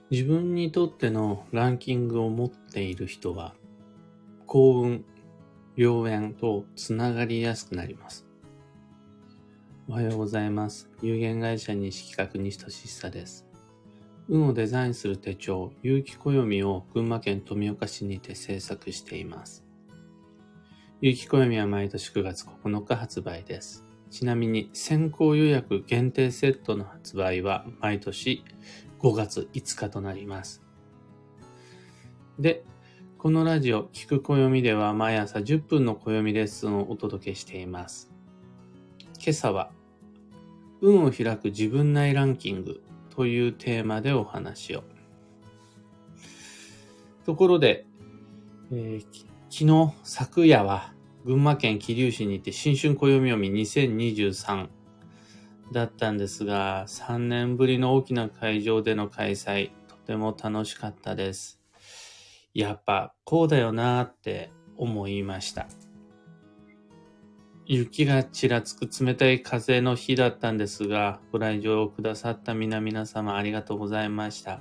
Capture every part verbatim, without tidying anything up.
自分にとってのランキングを持っている人は幸運、良縁とつながりやすくなります。おはようございます。有限会社西企画西俊久です。運をデザインする手帳、有機暦を群馬県富岡市にて制作しています。有機暦は毎年くがつここのか発売です。ちなみに先行予約限定セットの発売は毎年ごがついつかとなります。で、このラジオ聞く暦では毎朝じゅっぷんの暦レッスンをお届けしています。今朝は運を開く自分内ランキングというテーマでお話を。ところで、えー、昨日昨夜は群馬県桐生市にて新春暦読みにせんにじゅうさんだったんですが、さんねんぶりの大きな会場での開催、とても楽しかったです。やっぱこうだよなーって思いました。雪がちらつく冷たい風の日だったんですが、ご来場くださった皆々様ありがとうございました。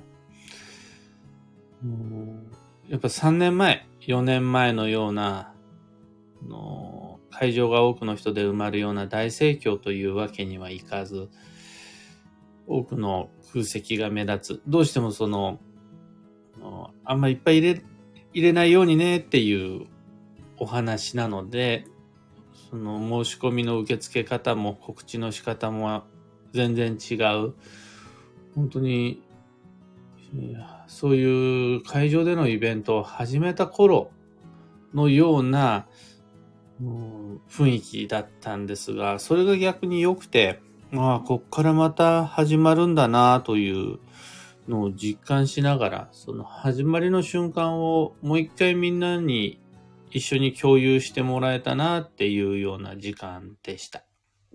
やっぱさんねんまえ、よねんまえのようなの会場が多くの人で埋まるような大盛況というわけにはいかず、多くの空席が目立つ。どうしてもその、あんまりいっぱい入れ、入れないようにねっていうお話なので、その申し込みの受付方も告知の仕方も全然違う。本当に、そういう会場でのイベントを始めた頃のような雰囲気だったんですが、それが逆に良くて、まあ、こっからまた始まるんだなというのを実感しながら、その始まりの瞬間をもう一回みんなに一緒に共有してもらえたなっていうような時間でした。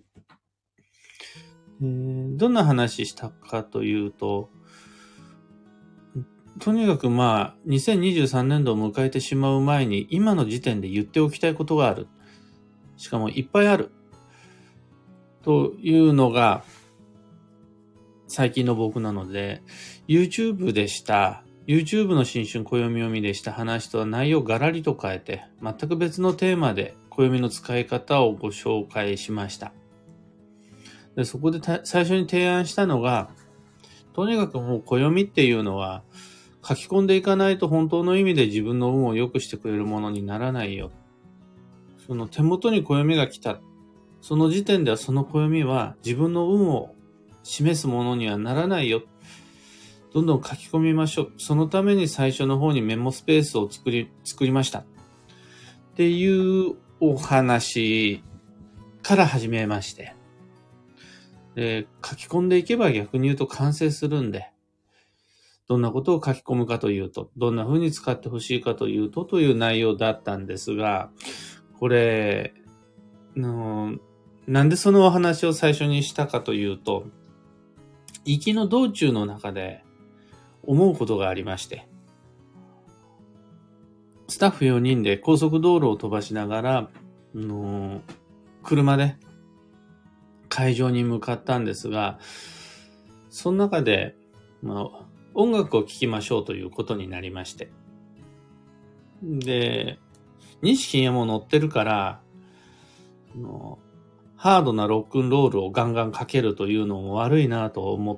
えー、どんな話したかというと、とにかくまあ、にせんにじゅうさんねんどを迎えてしまう前に、今の時点で言っておきたいことがある。しかもいっぱいある。というのが、最近の僕なので、YouTube でした、YouTube の新春暦読みでした話とは内容をガラリと変えて、全く別のテーマで暦の使い方をご紹介しました。で、そこで最初に提案したのが、とにかくもう暦っていうのは、書き込んでいかないと本当の意味で自分の運を良くしてくれるものにならないよ。その手元に暦が来た。その時点ではその暦は自分の運を示すものにはならないよ。どんどん書き込みましょう。そのために最初の方にメモスペースを作り、作りました。っていうお話から始めまして。で、書き込んでいけば逆に言うと完成するんで、どんなことを書き込むかというと、どんな風に使ってほしいかというとという内容だったんですが、これ、のなんでそのお話を最初にしたかというと、行きの道中の中で思うことがありまして、スタッフよにんで高速道路を飛ばしながら、の車で会場に向かったんですが、その中で、まあ、音楽を聴きましょうということになりまして。で、西金も乗ってるから、のハードなロックンロールをガンガンかけるというのも悪いなと思って、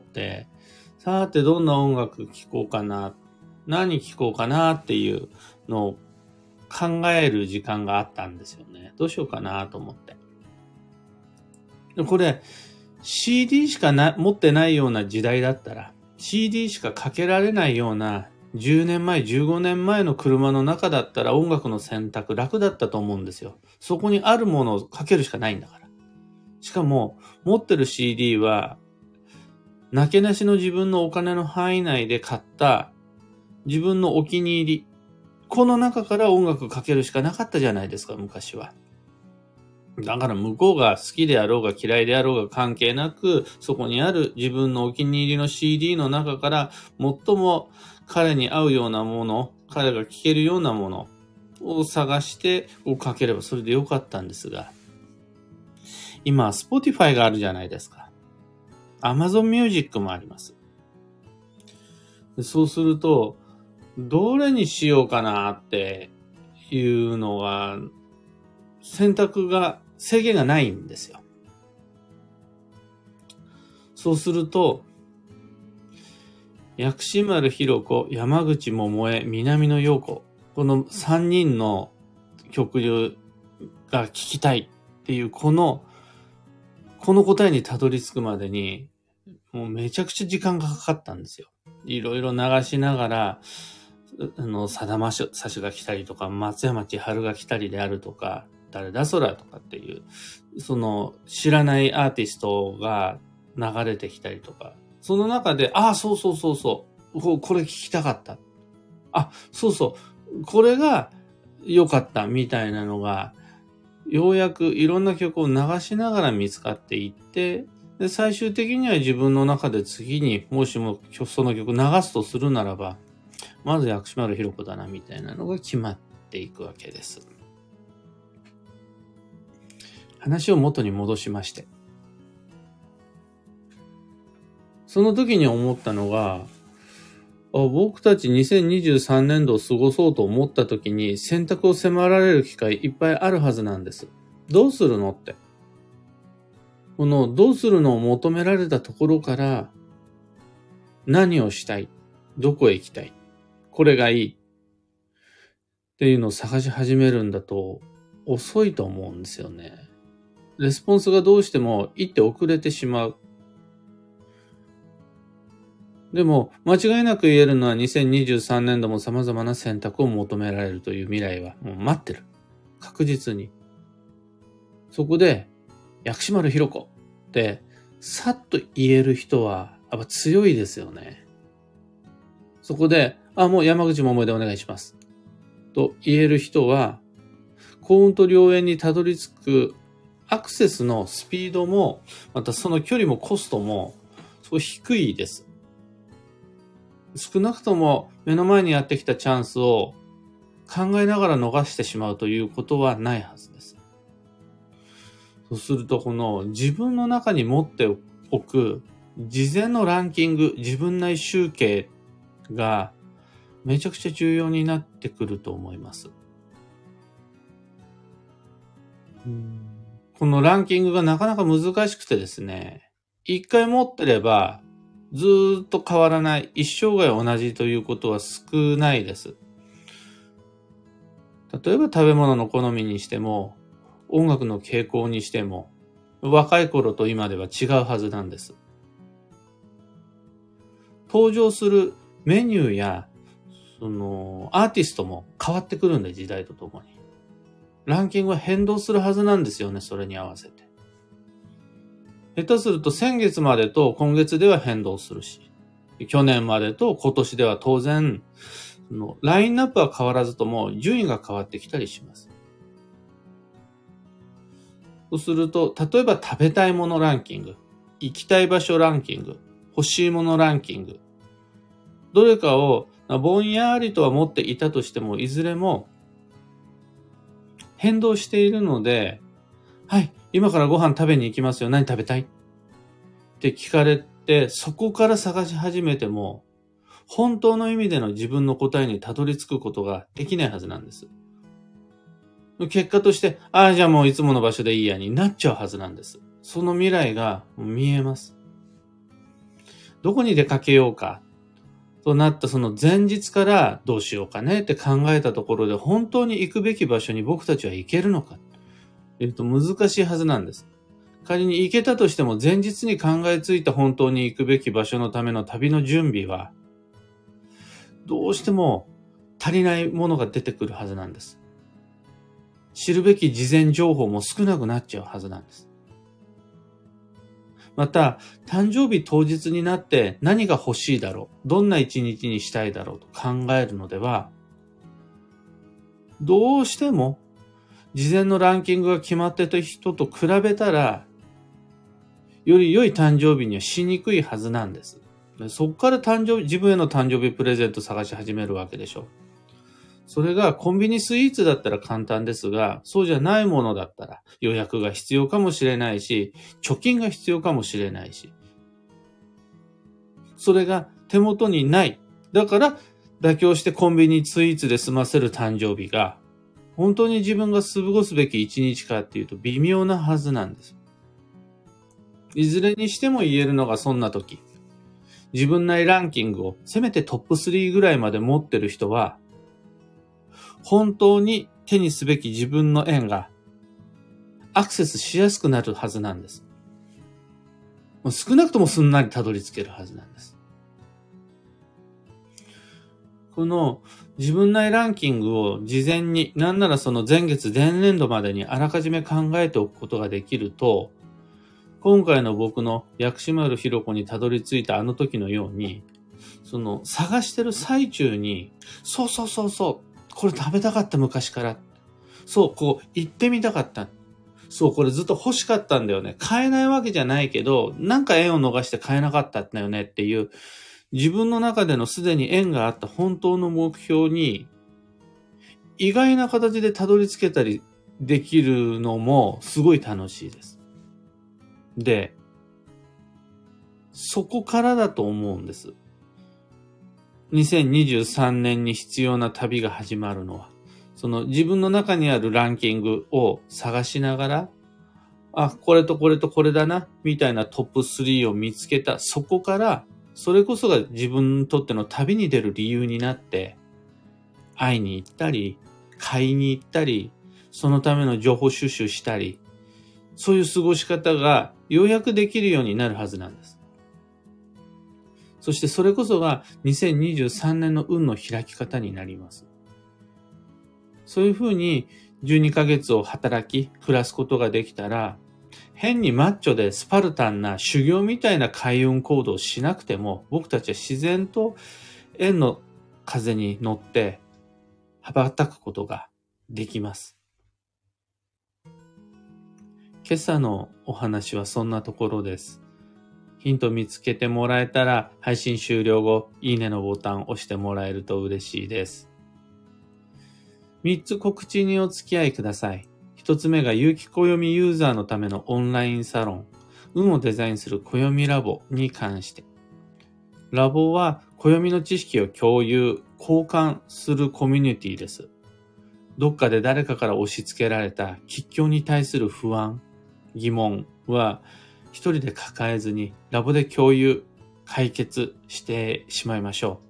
さてどんな音楽聴こうかな、何聴こうかなっていうのを考える時間があったんですよね。どうしようかなと思って。これ シーディー しかな持ってないような時代だったら、シーディー しかかけられないようなじゅうねんまえ、じゅうごねんまえの車の中だったら音楽の選択楽だったと思うんですよ。そこにあるものをかけるしかないんだから。しかも持ってる シーディー はなけなしの自分のお金の範囲内で買った自分のお気に入り。この中から音楽かけるしかなかったじゃないですか、昔は。だから向こうが好きであろうが嫌いであろうが関係なく、そこにある自分のお気に入りの シーディー の中から最も彼に合うようなもの、彼が聴けるようなものを探してかければそれでよかったんですが、今 Spotify があるじゃないですか。Amazon Music もあります。 そうすると、どれにしようかなっていうのが、選択が、制限がないんですよ。そうすると、薬師丸ひろ子、山口百恵、南野陽子、このさんにんの曲が聴きたいっていう、この、この答えにたどり着くまでに、もうめちゃくちゃ時間がかかったんですよ。いろいろ流しながら、あの、さだまさしが来たりとか、松山千春が来たりであるとか、誰だそらとかっていう、その知らないアーティストが流れてきたりとか、その中で、ああ、そうそうそうそう、ここれ聞きたかった。あ、そうそう、これが良かったみたいなのが、ようやくいろんな曲を流しながら見つかっていって、で、最終的には自分の中で次にもしもその曲流すとするならば、まず薬師丸ひろ子だなみたいなのが決まっていくわけです。話を元に戻しまして。その時に思ったのが、僕たちにせんにじゅうさんねんどを過ごそうと思った時に選択を迫られる機会いっぱいあるはずなんです。どうするのって。このどうするのを求められたところから、何をしたい、どこへ行きたい、これがいいっていうのを探し始めるんだと遅いと思うんですよね。レスポンスがどうしても一手遅れてしまう。でも間違いなく言えるのはにせんにじゅうさんねんども様々な選択を求められるという未来はもう待ってる。確実に。そこで薬師丸ひろ子ってさっと言える人はやっぱ強いですよね。そこで、あ、もう山口百恵でお願いします。と言える人は幸運と良縁にたどり着くアクセスのスピードも、またその距離もコストも、そう低いです。少なくとも目の前にやってきたチャンスを考えながら逃してしまうということはないはずです。そうすると、この自分の中に持っておく事前のランキング、自分内集計がめちゃくちゃ重要になってくると思います。このランキングがなかなか難しくてですね、一回持ってればずーっと変わらない、一生涯同じということは少ないです。例えば食べ物の好みにしても、音楽の傾向にしても、若い頃と今では違うはずなんです。登場するメニューや、その、アーティストも変わってくるんで、時代とともに。ランキングは変動するはずなんですよね、それに合わせて。下手すると先月までと今月では変動するし、去年までと今年では当然、のラインナップは変わらずとも順位が変わってきたりします。そうすると、例えば食べたいものランキング、行きたい場所ランキング、欲しいものランキング、どれかをぼんやりとは持っていたとしても、いずれも変動しているので、はい、今からご飯食べに行きますよ。何食べたいって聞かれて、そこから探し始めても、本当の意味での自分の答えにたどり着くことができないはずなんです。結果として、ああ、じゃあもういつもの場所でいいやになっちゃうはずなんです。その未来が見えます。どこに出かけようかとなったその前日からどうしようかねって考えたところで本当に行くべき場所に僕たちは行けるのかというと難しいはずなんです。仮に行けたとしても前日に考えついた本当に行くべき場所のための旅の準備はどうしても足りないものが出てくるはずなんです。知るべき事前情報も少なくなっちゃうはずなんです。また、誕生日当日になって何が欲しいだろう、どんな一日にしたいだろうと考えるのでは、どうしても事前のランキングが決まってた人と比べたら、より良い誕生日にはしにくいはずなんです。そこから誕生日、自分への誕生日プレゼント探し始めるわけでしょ。それがコンビニスイーツだったら簡単ですが、そうじゃないものだったら予約が必要かもしれないし、貯金が必要かもしれないし、それが手元にない、 だから妥協してコンビニスイーツで済ませる誕生日が、本当に自分が過ごすべき一日かっていうと微妙なはずなんです。いずれにしても言えるのがそんな時、自分内ランキングをせめてトップスリーぐらいまで持ってる人は、本当に手にすべき自分の縁がアクセスしやすくなるはずなんです。もう少なくともすんなりたどり着けるはずなんです。この自分内ランキングを事前に、なんならその前月前年度までにあらかじめ考えておくことができると、今回の僕の薬師丸ひろ子にたどり着いたあの時のように、その探してる最中に、そうそうそうそう、これ食べたかった昔から。そう、こう行ってみたかった。そう、これずっと欲しかったんだよね。買えないわけじゃないけど、なんか縁を逃して買えなかったんだよねっていう、自分の中でのすでに縁があった本当の目標に、意外な形でたどり着けたりできるのもすごい楽しいです。で、そこからだと思うんです。にせんにじゅうさんねんに必要な旅が始まるのは、その自分の中にあるランキングを探しながら、あ、これとこれとこれだな、みたいなトップスリーを見つけた、そこから、それこそが自分にとっての旅に出る理由になって、会いに行ったり、買いに行ったり、そのための情報収集したり、そういう過ごし方がようやくできるようになるはずなんです。そしてそれこそがにせんにじゅうさんねんの運の開き方になります。そういうふうにじゅうにかげつを働き、暮らすことができたら、変にマッチョでスパルタンな修行みたいな開運行動をしなくても、僕たちは自然と縁の風に乗って羽ばたくことができます。今朝のお話はそんなところです。ヒント見つけてもらえたら、配信終了後、いいねのボタンを押してもらえると嬉しいです。みっつ告知にお付き合いください。ひとつめが有機暦ユーザーのためのオンラインサロン、運をデザインする暦ラボに関して。ラボは暦の知識を共有、交換するコミュニティです。どっかで誰かから押し付けられた吉凶に対する不安、疑問は一人で抱えずにラボで共有、解決してしまいましょう。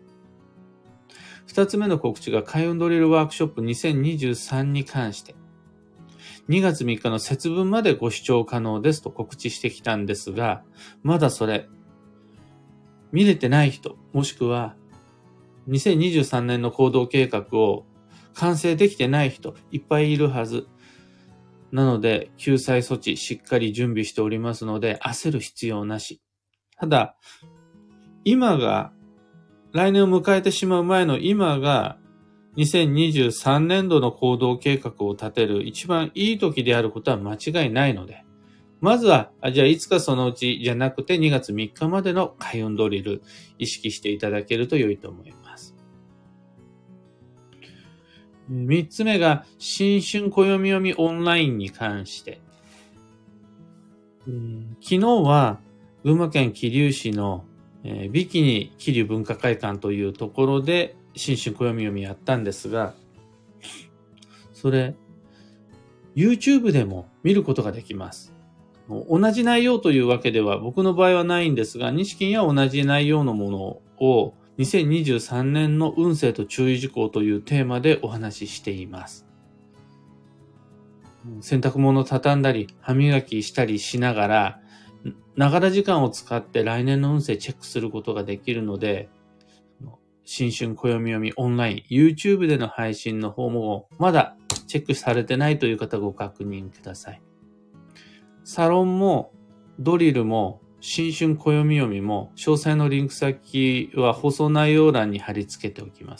二つ目の告知が開運ドリルワークショップにせんにじゅうさんに関して。にがつみっかの節分までご視聴可能ですと告知してきたんですが、まだそれ、見れてない人、もしくはにせんにじゅうさんねんの行動計画を完成できてない人、いっぱいいるはず。なので、救済措置しっかり準備しておりますので、焦る必要なし。ただ、今が、来年を迎えてしまう前の今が、にせんにじゅうさんねんどの行動計画を立てる一番いい時であることは間違いないので、まずは、あじゃあいつかそのうちじゃなくてにがつみっかまでの開運ドリル、意識していただけると良いと思います。三つ目が、新春暦読みオンラインに関して。昨日は、群馬県桐生市の、えー、ビキニ桐生文化会館というところで、新春暦読みやったんですが、それ、YouTube でも見ることができます。同じ内容というわけでは僕の場合はないんですが、西金は同じ内容のものをにせんにじゅうさんねんの運勢と注意事項というテーマでお話ししています。洗濯物を畳んだり、歯磨きしたりしながら、ながら時間を使って来年の運勢チェックすることができるので、新春暦読みオンライン、YouTube での配信の方もまだチェックされてないという方ご確認ください。サロンもドリルも新春暦読みも詳細のリンク先は放送内容欄に貼り付けておきます。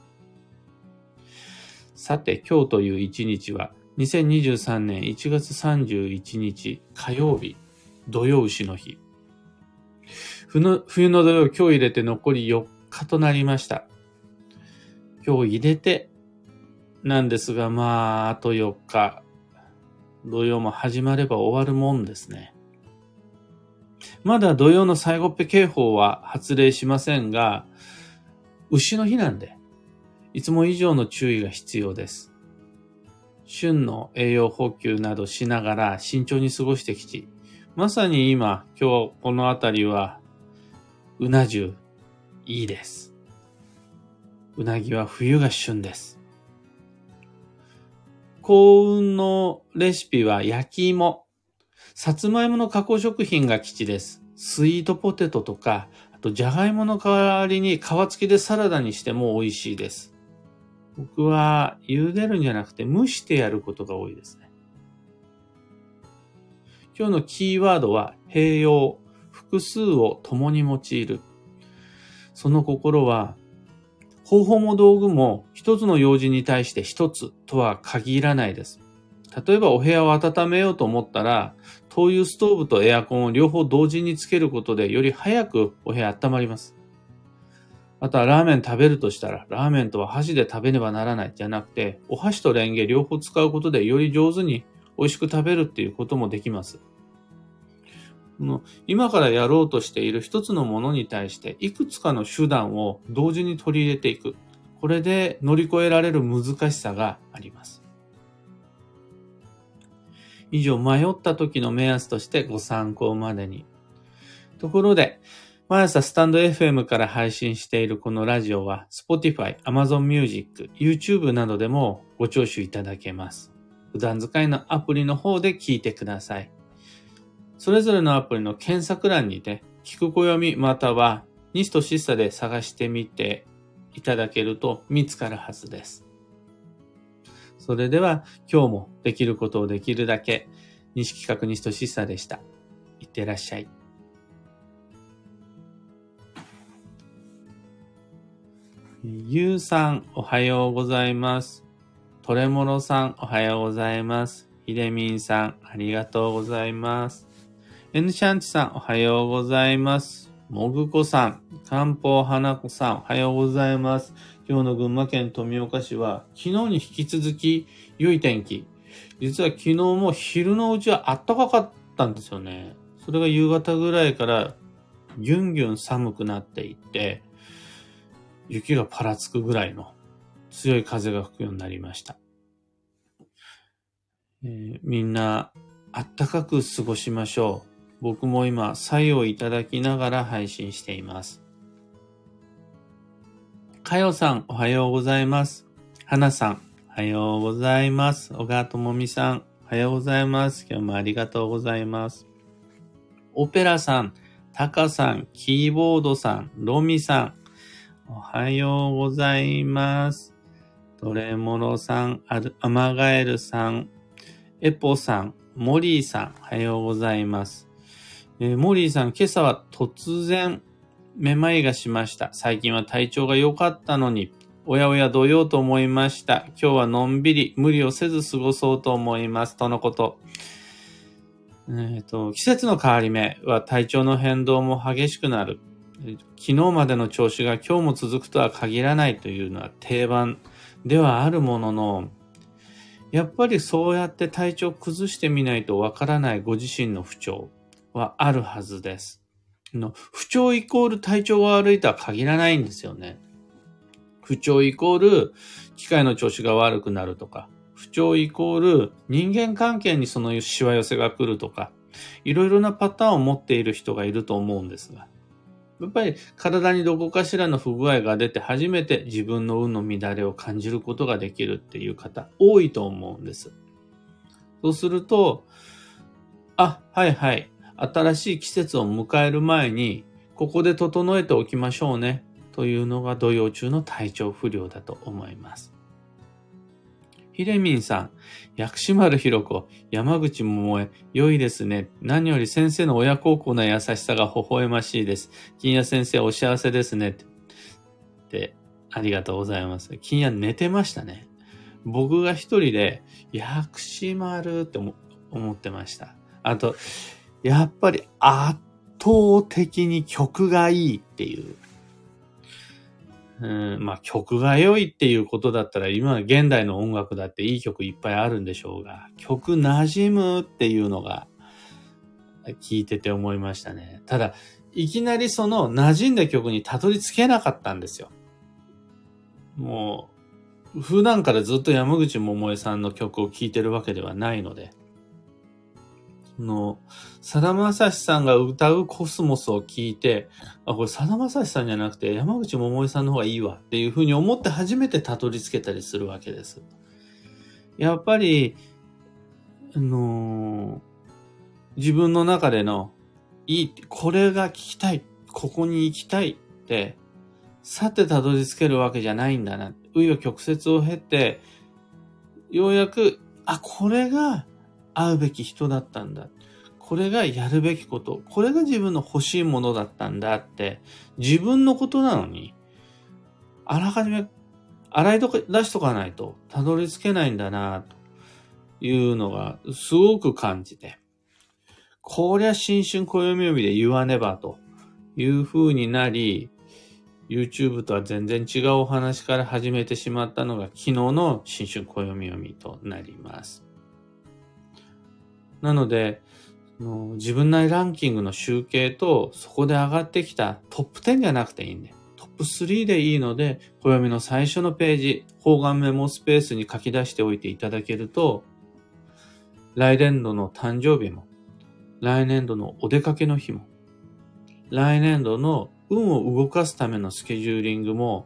さて今日という一日はにせんにじゅうさんねんいちがつさんじゅういちにち火曜日、土曜牛の日。冬の、冬の土曜今日入れて残りよっかとなりました。今日入れてなんですが、まああとよっか。土曜も始まれば終わるもんですね。まだ土曜の最後っぺ警報は発令しませんが、 牛の日なんで、いつも以上の注意が必要です。旬の栄養補給などしながら慎重に過ごしてきち、まさに今、今日このあたりは、うな重、いいです。うなぎは冬が旬です。幸運のレシピは焼き芋。さつまいもの加工食品が基地です。スイートポテトとか、あとじゃがいもの代わりに皮付きでサラダにしても美味しいです。僕は茹でるんじゃなくて蒸してやることが多いですね。今日のキーワードは併用、複数を共に用いる。その心は、方法も道具も一つの用事に対して一つとは限らないです。例えばお部屋を温めようと思ったら、灯油ストーブとエアコンを両方同時につけることでより早くお部屋温まります。あとはラーメン食べるとしたら、ラーメンとは箸で食べねばならないじゃなくて、お箸とレンゲ両方使うことでより上手に美味しく食べるっていうこともできます。今からやろうとしている一つのものに対していくつかの手段を同時に取り入れていく。これで乗り越えられる難しさがあります。以上、迷った時の目安としてご参考までに。ところで、毎朝スタンド エフエム から配信しているこのラジオは Spotify、Amazon Music、YouTube などでもご聴取いただけます。普段使いのアプリの方で聞いてください。それぞれのアプリの検索欄にて、聞く暦または西としっさで探してみていただけると見つかるはずです。それでは今日もできることをできるだけ、西企画西としっさでした。いってらっしゃい。ゆうさんおはようございます。トレモロさんおはようございます。ひでみんさんありがとうございます。エヌシャンチさんおはようございます。もぐこさん、かんぽうはなこさんおはようございます。今日の群馬県富岡市は昨日に引き続き良い天気。実は昨日も昼のうちは暖かかったんですよね。それが夕方ぐらいからギュンギュン寒くなっていって、雪がパラつくぐらいの強い風が吹くようになりました。えー、みんな暖かく過ごしましょう。僕も今、白をいただきながら配信しています。かよさん、おはようございます。はなさん、おはようございます。小川ともみさん、おはようございます。今日もありがとうございます。オペラさん、タカさん、キーボードさん、ロミさん、おはようございます。トレモロさん、アマガエルさん、エポさん、モリーさん、おはようございます。えー、モリーさん、今朝は突然めまいがしました。最近は体調が良かったのに、おやおやどようと思いました。今日はのんびり無理をせず過ごそうと思います。とのこと。えーと、季節の変わり目は体調の変動も激しくなる。昨日までの調子が今日も続くとは限らないというのは定番ではあるものの、やっぱりそうやって体調を崩してみないとわからないご自身の不調はあるはずです。の不調イコール体調が悪いとは限らないんですよね。不調イコール機械の調子が悪くなるとか、不調イコール人間関係にそのしわ寄せが来るとか、いろいろなパターンを持っている人がいると思うんですが、やっぱり体にどこかしらの不具合が出て初めて自分の運の乱れを感じることができるっていう方多いと思うんです。そうすると、あ、はいはい、新しい季節を迎える前にここで整えておきましょうねというのが土曜中の体調不良だと思います。ひれみんさん、薬師丸ひろ子、山口百恵、良いですね。何より先生の親孝行な優しさが微笑ましいです。金谷先生お幸せですね。って、ありがとうございます。金谷寝てましたね。僕が一人で薬師丸って思ってました。あと、やっぱり圧倒的に曲がいいっていう。うん、まあ曲が良いっていうことだったら今現代の音楽だっていい曲いっぱいあるんでしょうが、曲馴染むっていうのが聞いてて思いましたね。ただいきなりその馴染んだ曲にたどり着けなかったんですよ。 もう、普段からずっと山口百恵さんの曲を聴いてるわけではないので、その、さだまさしさんが歌うコスモスを聴いて、あ、これさだまさしさんじゃなくて山口百恵さんの方がいいわっていうふうに思って初めてたどり着けたりするわけです。やっぱり、あのー、自分の中でのいい、これが聞きたい、ここに行きたいって、さてたどり着けるわけじゃないんだな。紆余曲折を経て、ようやく、あ、これが会うべき人だったんだ。これがやるべきこと。これが自分の欲しいものだったんだって、自分のことなのに、あらかじめ洗い出しとかないとたどり着けないんだな、というのがすごく感じて。こりゃ新春暦読みで言わねばという風になり、YouTube とは全然違うお話から始めてしまったのが昨日の新春暦読みとなります。なので、自分内ランキングの集計とそこで上がってきたトップじゅうじゃなくていいんで、トップスリーでいいので、暦の最初のページ、方眼メモスペースに書き出しておいていただけると、来年度の誕生日も、来年度のお出かけの日も、来年度の運を動かすためのスケジューリングも、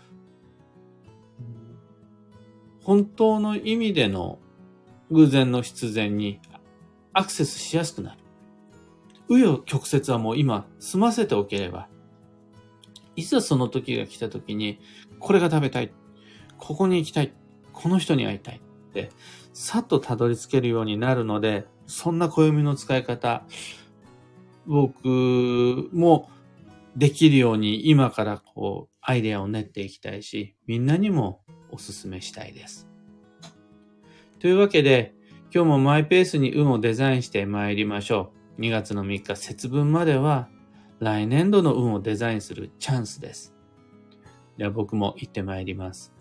本当の意味での偶然の必然にアクセスしやすくなる。紆余曲折はもう今済ませておければ、いざその時が来た時に、これが食べたい、ここに行きたい、この人に会いたいって、さっとたどり着けるようになるので、そんな暦の使い方、僕もできるように今からこうアイデアを練っていきたいし、みんなにもお勧めしたいです。というわけで、今日もマイペースに運をデザインして参りましょう。にがつのみっか節分までは来年度の運をデザインするチャンスです。では僕も行って参ります。